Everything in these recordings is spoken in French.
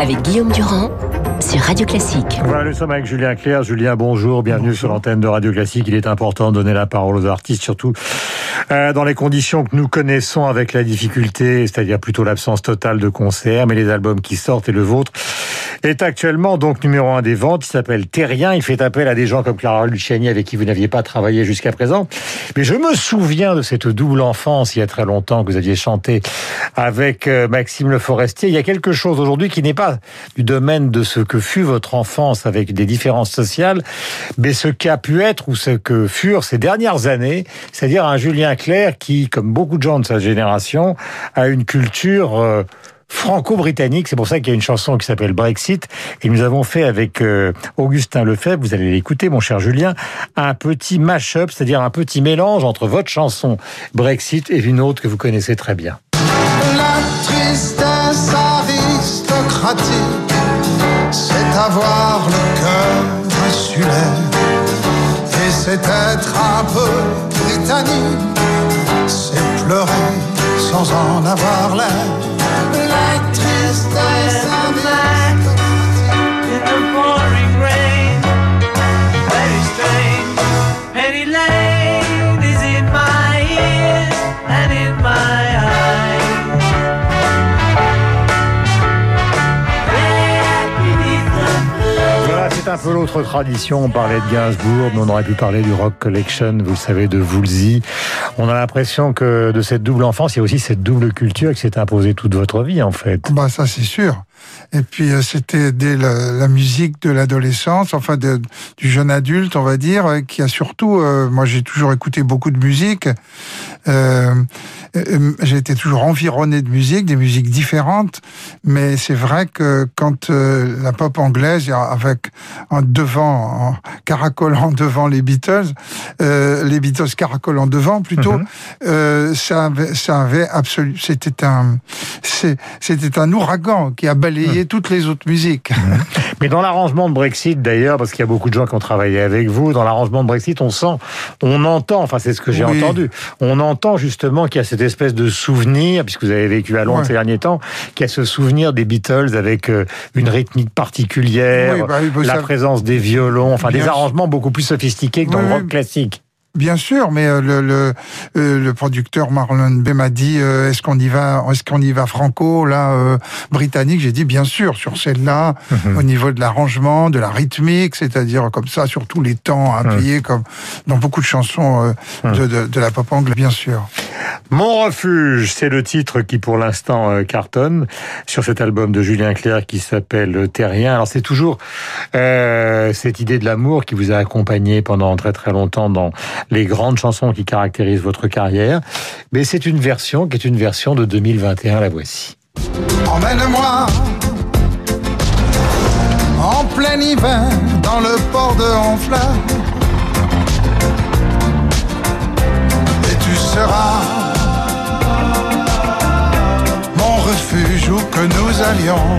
avec Guillaume Durand sur Radio Classique. Voilà, nous sommes avec Julien Clerc. Julien, bonjour, bienvenue sur l'antenne de Radio Classique. Il est important de donner la parole aux artistes, surtout dans les conditions que nous connaissons avec la difficulté, c'est-à-dire plutôt l'absence totale de concerts, mais les albums qui sortent et le vôtre est actuellement donc numéro 1 des ventes. Il s'appelle Terrien. Il fait appel à des gens comme Clara Luciani avec qui vous n'aviez pas travaillé jusqu'à présent. Mais je me souviens de cette double enfance il y a très longtemps que vous aviez chanté avec Maxime Le Forestier. Il y a quelque chose aujourd'hui qui n'est pas du domaine de ce que fut votre enfance avec des différences sociales, mais ce qu'a pu être ou ce que furent ces dernières années, c'est-à-dire un Julien Clerc qui, comme beaucoup de gens de sa génération, a une culture franco-britannique. C'est pour ça qu'il y a une chanson qui s'appelle Brexit. Et nous avons fait avec Augustin Lefebvre, vous allez l'écouter, mon cher Julien, un petit mash-up, c'est-à-dire un petit mélange entre votre chanson Brexit et une autre que vous connaissez très bien. La tristesse aristocratique, c'est avoir le cœur insulaire. Et c'est être un peu britannique, c'est pleurer sans en avoir l'air. La tristesse aristocratique. In the pouring rain, very strange. Penny Lane is in my ears and in my eyes. Voilà, c'est un peu l'autre tradition. On parlait de Gainsbourg, mais on aurait pu parler du Rock Collection, vous le savez, de Woolsey. On a l'impression que de cette double enfance, il y a aussi cette double culture qui s'est imposée toute votre vie, en fait. Bah ça c'est sûr. Et puis c'était dès la musique de l'adolescence, enfin du jeune adulte, on va dire, qui a surtout, moi j'ai toujours écouté beaucoup de musique. J'ai été toujours environné de musique, des musiques différentes, mais c'est vrai que quand la pop anglaise, avec en caracolant devant les Beatles caracolant devant plutôt, ça avait absolument, c'était un ouragan qui a balayé toutes les autres musiques. Mais dans l'arrangement de Brexit, d'ailleurs, parce qu'il y a beaucoup de gens qui ont travaillé avec vous, dans l'arrangement de Brexit, on entend, enfin c'est ce que j'ai entendu, on entend justement qu'il y a cette espèce de souvenir, puisque vous avez vécu à Londres ces derniers temps, qu'il y a ce souvenir des Beatles avec une rythmique particulière, la présence des violons, enfin des arrangements beaucoup plus sophistiqués que dans le rock classique. Bien sûr, mais le producteur Marlon Bay m'a dit est-ce qu'on y va franco là britannique. J'ai dit bien sûr sur celle-là au niveau de l'arrangement, de la rythmique, c'est-à-dire comme ça sur tous les temps appuyés comme dans beaucoup de chansons de la pop anglaise, bien sûr. Mon refuge, c'est le titre qui pour l'instant cartonne sur cet album de Julien Clerc qui s'appelle Terrien. Alors c'est toujours cette idée de l'amour qui vous a accompagné pendant très très longtemps dans les grandes chansons qui caractérisent votre carrière, mais c'est une version qui est une version de 2021, la voici. Emmène-moi en plein hiver dans le port de Honfleur et tu seras mon refuge où que nous allions.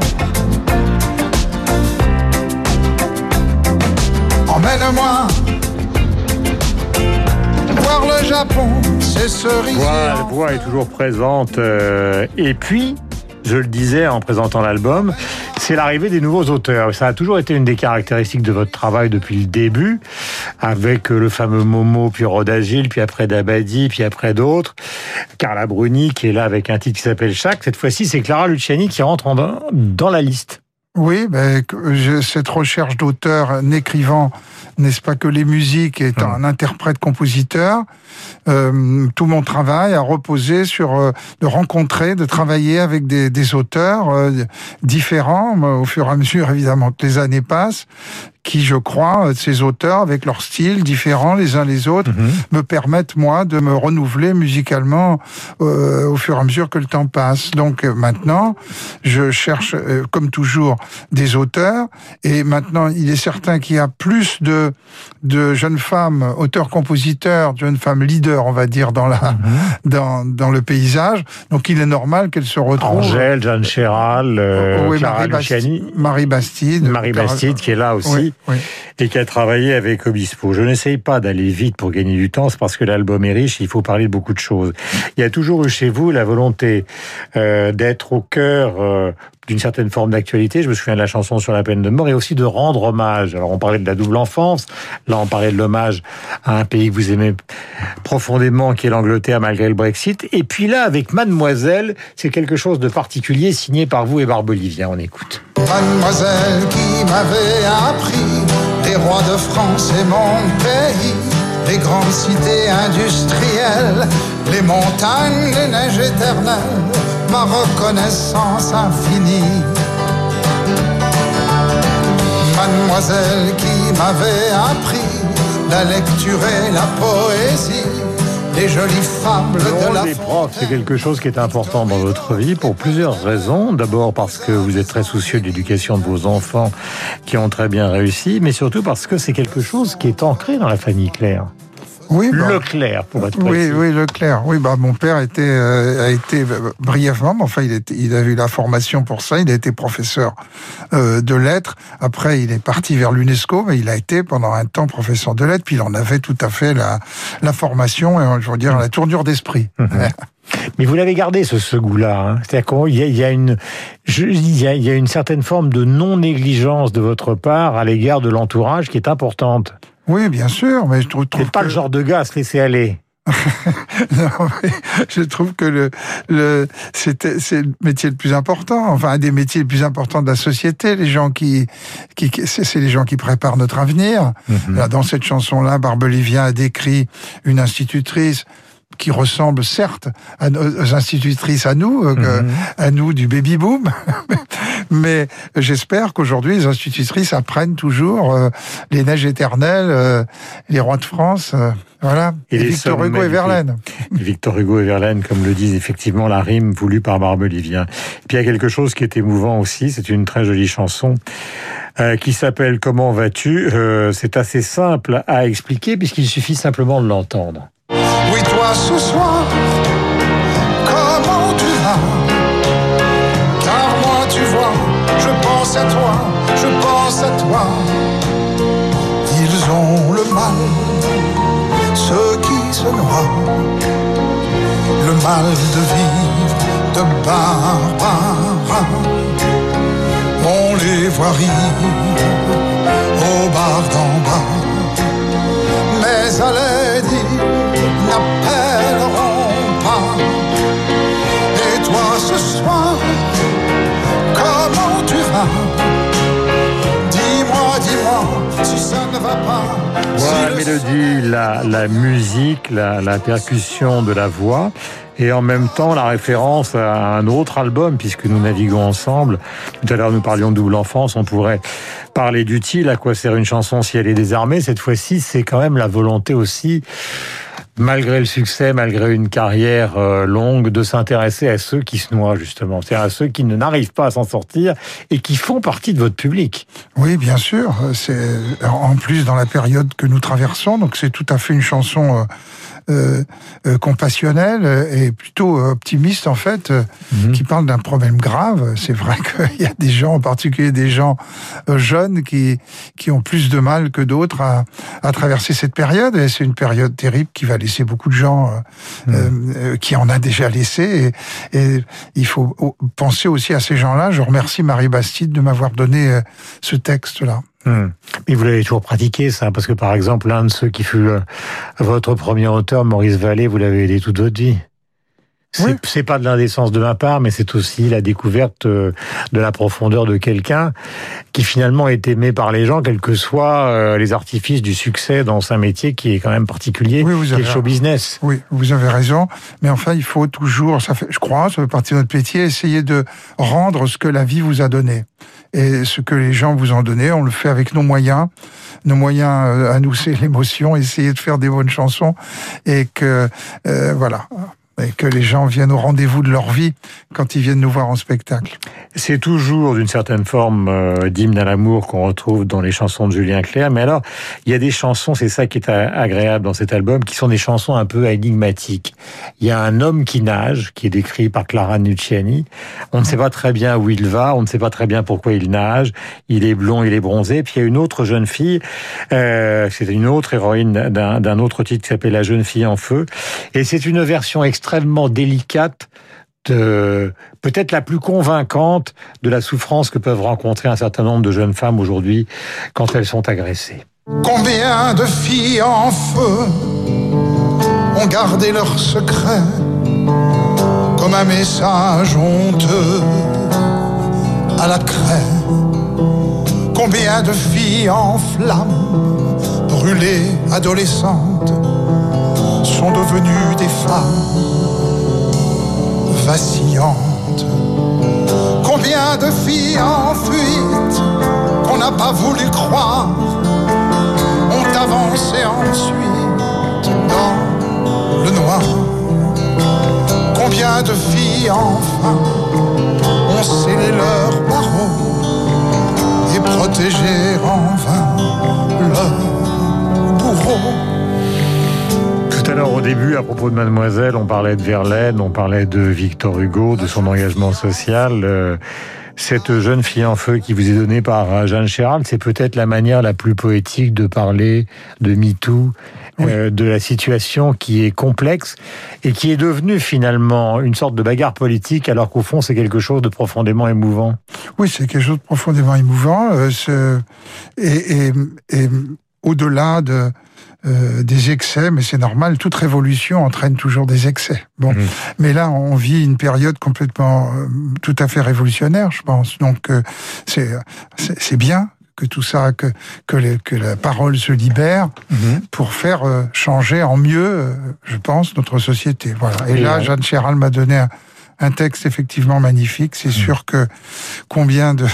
Emmène-moi voir le Japon, c'est cerisier. La voix est toujours présente. Et puis, je le disais en présentant l'album, c'est l'arrivée des nouveaux auteurs. Ça a toujours été une des caractéristiques de votre travail depuis le début, avec le fameux Momo, puis Rodagil, puis après Dabadi, puis après d'autres. Carla Bruni, qui est là avec un titre qui s'appelle Chaque. Cette fois-ci, c'est Clara Luciani qui rentre dans la liste. Oui, cette recherche d'auteur n'écrivant, n'est-ce pas, que les musiques, étant un interprète-compositeur, tout mon travail a reposé sur de rencontrer, de travailler avec des auteurs différents, au fur et à mesure évidemment que les années passent, qui, je crois, ces auteurs, avec leur style différents les uns les autres, me permettent, moi, de me renouveler musicalement au fur et à mesure que le temps passe. Donc maintenant, je cherche, comme toujours, des auteurs, et maintenant, il est certain qu'il y a plus de jeunes femmes auteurs-compositeurs, de jeunes femmes leaders, on va dire, dans le paysage. Donc il est normal qu'elles se retrouvent... Angèle, Jeanne Chéral, Clara Luciani... Marie Bastide, qui est là aussi. Oui. Et qui a travaillé avec Obispo. Je n'essaye pas d'aller vite pour gagner du temps, c'est parce que l'album est riche, il faut parler de beaucoup de choses. Il y a toujours eu chez vous la volonté d'être au cœur d'une certaine forme d'actualité. Je me souviens de la chanson sur la peine de mort et aussi de rendre hommage. Alors on parlait de la double enfance, là on parlait de l'hommage à un pays que vous aimez profondément, qui est l'Angleterre malgré le Brexit. Et puis là, avec Mademoiselle, c'est quelque chose de particulier signé par vous et Barbelivien. On écoute. Mademoiselle qui m'avait appris les rois de France et mon pays, les grandes cités industrielles, les montagnes, les neiges éternelles, ma reconnaissance infinie. Mademoiselle qui m'avait appris la lecture et la poésie, les jolies fables de la Les profs, c'est quelque chose qui est important dans votre vie pour plusieurs raisons. D'abord parce que vous êtes très soucieux de l'éducation de vos enfants qui ont très bien réussi, mais surtout parce que c'est quelque chose qui est ancré dans la famille Claire. Oui, Leclerc, pour être précis. Oui, Leclerc. Oui, mon père a été brièvement, mais enfin, il a eu la formation pour ça. Il a été professeur de lettres. Après, il est parti vers l'UNESCO, mais il a été pendant un temps professeur de lettres. Puis il en avait tout à fait la formation et, je veux dire, la tournure d'esprit. Mais vous l'avez gardé, ce goût-là. Hein. C'est-à-dire qu'il y a une certaine forme de non-négligence de votre part à l'égard de l'entourage qui est importante. Oui, bien sûr, mais je trouve c'est pas le genre de gars à se laisser aller. Non, mais je trouve que c'est le métier le plus important, enfin un des métiers les plus importants de la société. Les gens c'est les gens qui préparent notre avenir. Là, dans cette chanson-là, Barbelivien a décrit une institutrice qui ressemble certes aux institutrices à nous du baby-boom, mais j'espère qu'aujourd'hui les institutrices apprennent toujours les neiges éternelles, les rois de France, voilà, et Victor Hugo et Verlaine. Victor Hugo et Verlaine, comme le disent effectivement la rime voulue par Barbelivien. Et puis il y a quelque chose qui est émouvant aussi, c'est une très jolie chanson qui s'appelle « Comment vas-tu ?» C'est assez simple à expliquer puisqu'il suffit simplement de l'entendre. Oui, toi ce soir, comment tu vas? Car moi, tu vois, je pense à toi, je pense à toi. Ils ont le mal, ceux qui se noient, le mal de vivre de Barbara. On les voit rire au bar d'en bas, mais à l'aide n'appelleront pas. Et toi ce soir, comment tu vas? Dis-moi, si ça ne va pas. Voilà, la mélodie, la musique, la percussion de la voix, et en même temps la référence à un autre album, puisque nous naviguons ensemble. Tout à l'heure nous parlions de double enfance, on pourrait parler d'Utile, à quoi sert une chanson si elle est désarmée. Cette fois-ci, c'est quand même la volonté aussi, malgré le succès, malgré une carrière longue, de s'intéresser à ceux qui se noient, justement. C'est-à-dire à ceux qui n'arrivent pas à s'en sortir et qui font partie de votre public. Oui, bien sûr. C'est en plus dans la période que nous traversons, donc c'est tout à fait une chanson compassionnelle et plutôt optimiste, en fait, qui parle d'un problème grave. C'est vrai qu'il y a des gens, en particulier des gens jeunes, qui ont plus de mal que d'autres à traverser cette période. Et c'est une période terrible qui va laisser beaucoup de gens qui en a déjà laissé. Et il faut penser aussi à ces gens-là. Je remercie Marie Bastide de m'avoir donné ce texte-là. Mais vous l'avez toujours pratiqué, ça, parce que par exemple, l'un de ceux qui fut votre premier auteur, Maurice Vallée, vous l'avez aidé toute votre vie. Oui. C'est pas de l'indécence de ma part, mais c'est aussi la découverte de la profondeur de quelqu'un qui finalement est aimé par les gens, quels que soient les artifices du succès dans un métier qui est quand même particulier, qui est le show business. Oui, vous avez raison, mais enfin, il faut toujours, je crois, ça fait partie de notre métier, essayer de rendre ce que la vie vous a donné. Et ce que les gens vous ont donné, on le fait avec nos moyens. Nos moyens à nous, c'est l'émotion, essayer de faire des bonnes chansons, et que, voilà, et que les gens viennent au rendez-vous de leur vie quand ils viennent nous voir en spectacle. C'est toujours d'une certaine forme d'hymne à l'amour qu'on retrouve dans les chansons de Julien Clerc, mais alors il y a des chansons, c'est ça qui est agréable dans cet album, qui sont des chansons un peu énigmatiques. Il y a un homme qui nage, qui est décrit par Clara Nucciani. On ne sait pas très bien où il va, on ne sait pas très bien pourquoi il nage. Il est blond, il est bronzé. Puis il y a une autre jeune fille, c'est une autre héroïne d'un autre titre qui s'appelle La jeune fille en feu, et c'est une version extrêmement délicate peut-être la plus convaincante de la souffrance que peuvent rencontrer un certain nombre de jeunes femmes aujourd'hui quand elles sont agressées. Combien de filles en feu ont gardé leur secret comme un message honteux à la craie. Combien de filles en flammes, brûlées adolescentes, sont devenues des femmes vacillantes. Combien de filles en fuite qu'on n'a pas voulu croire ont avancé ensuite dans le noir. Combien de filles enfin ont scellé leurs barreaux et protégé en vain leur bourreau. Tout à l'heure, au début, à propos de Mademoiselle, on parlait de Verlaine, on parlait de Victor Hugo, de son engagement social. Cette jeune fille en feu qui vous est donnée par Jeanne Chéral, c'est peut-être la manière la plus poétique de parler de MeToo, de la situation qui est complexe et qui est devenue finalement une sorte de bagarre politique, alors qu'au fond, c'est quelque chose de profondément émouvant. Oui, c'est quelque chose de profondément émouvant. Et au-delà des excès, mais c'est normal, toute révolution entraîne toujours des excès. Bon, mais là, on vit une période complètement, tout à fait révolutionnaire, je pense. Donc, c'est bien que tout ça, que la parole se libère pour faire changer en mieux, je pense, notre société. Voilà. Et là, Jeanne Chéral m'a donné un texte effectivement magnifique. C'est sûr que combien de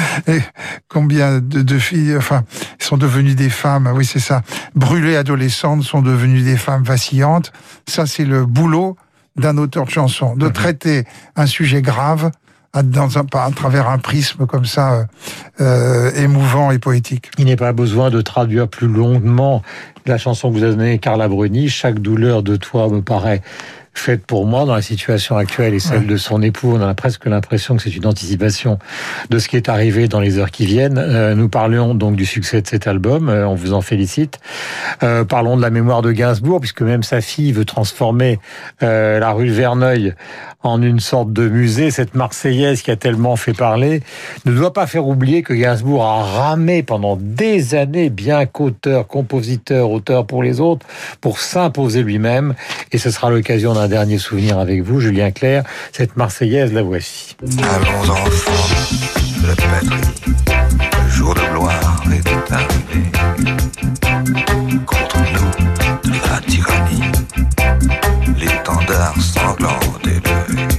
filles, enfin, sont devenues des femmes, oui c'est ça, brûlées adolescentes sont devenues des femmes vacillantes. Ça c'est le boulot d'un auteur de chanson, de traiter un sujet grave à travers un prisme comme ça, émouvant et poétique. Il n'est pas besoin de traduire plus longuement la chanson que vous avez donnée, Carla Bruni. Chaque douleur de toi me paraît faite pour moi dans la situation actuelle et celle de son époux. On a presque l'impression que c'est une anticipation de ce qui est arrivé dans les heures qui viennent. Nous parlions donc du succès de cet album, on vous en félicite. Parlons de la mémoire de Gainsbourg, puisque même sa fille veut transformer la rue Verneuil en une sorte de musée. Cette Marseillaise qui a tellement fait parler ne doit pas faire oublier que Gainsbourg a ramé pendant des années, bien qu'auteur, compositeur, auteur pour les autres, pour s'imposer lui-même. Et ce sera l'occasion d'un dernier souvenir avec vous, Julien Clerc. Cette Marseillaise, la voici. Allons enfants de la patrie, le jour de gloire est arrivé. Contre nous, de la tyrannie, l'étendard sanglant d'élevé.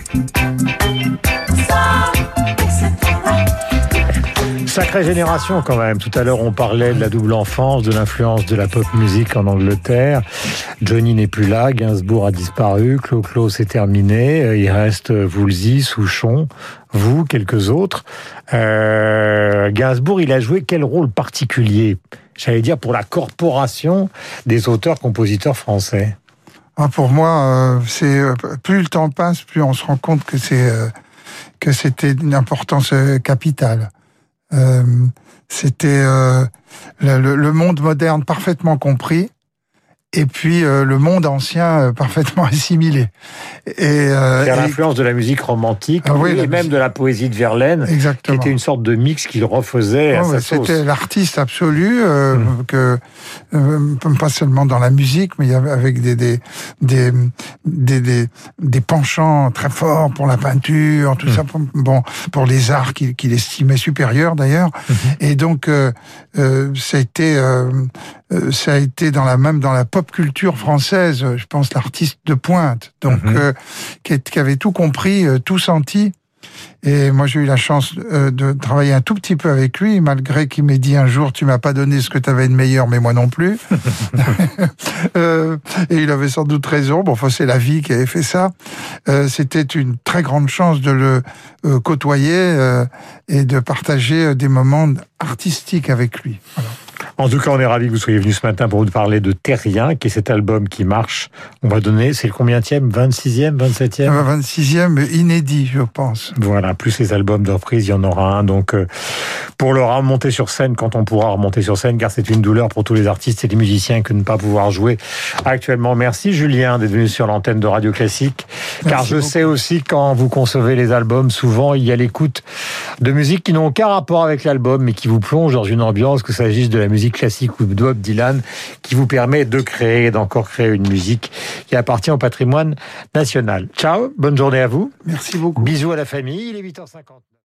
Sacrée génération quand même. Tout à l'heure, on parlait de la double enfance, de l'influence de la pop musique en Angleterre. Johnny n'est plus là, Gainsbourg a disparu, Clo-Clo c'est terminé. Il reste Woolsey, Souchon, vous, quelques autres. Gainsbourg, il a joué quel rôle particulier, j'allais dire, pour la corporation des auteurs-compositeurs français? Pour moi, c'est plus le temps passe, plus on se rend compte que c'était une importance capitale. C'était le monde moderne parfaitement compris, et puis le monde ancien parfaitement assimilé. C'est l'influence de la musique romantique, et même de la poésie de Verlaine, exactement, qui était une sorte de mix qu'il refaisait à sa sauce. C'était l'artiste absolu, pas seulement dans la musique, mais avec des penchants très forts pour la peinture, tout ça, pour les arts qu'il estimait supérieurs d'ailleurs. Et donc ça a été dans la pop culture française, je pense, l'artiste de pointe, donc qui avait tout compris, tout senti. Et moi, j'ai eu la chance de travailler un tout petit peu avec lui, malgré qu'il m'ait dit un jour, tu m'as pas donné ce que tu avais de meilleur, mais moi non plus. Et il avait sans doute raison. Bon, enfin, c'est la vie qui avait fait ça. C'était une très grande chance de le côtoyer et de partager des moments artistiques avec lui. Voilà. En tout cas, on est ravis que vous soyez venu ce matin pour nous parler de Terrien, qui est cet album qui marche. On va donner, c'est le combienième, 26e, 27e 26e, inédit, je pense. Voilà, plus les albums de reprise, il y en aura un. Donc, pour le remonter sur scène, quand on pourra remonter sur scène, car c'est une douleur pour tous les artistes et les musiciens que de ne pas pouvoir jouer actuellement. Merci Julien d'être venu sur l'antenne de Radio Classique. Car je sais aussi, quand vous concevez les albums, souvent il y a l'écoute de musique qui n'ont aucun rapport avec l'album, mais qui vous plonge dans une ambiance, que s'agisse de la musique classique ou de Bob Dylan, qui vous permet de créer, d'encore créer une musique qui appartient au patrimoine national. Ciao, bonne journée à vous. Merci beaucoup. Bisous à la famille, il est 8h50.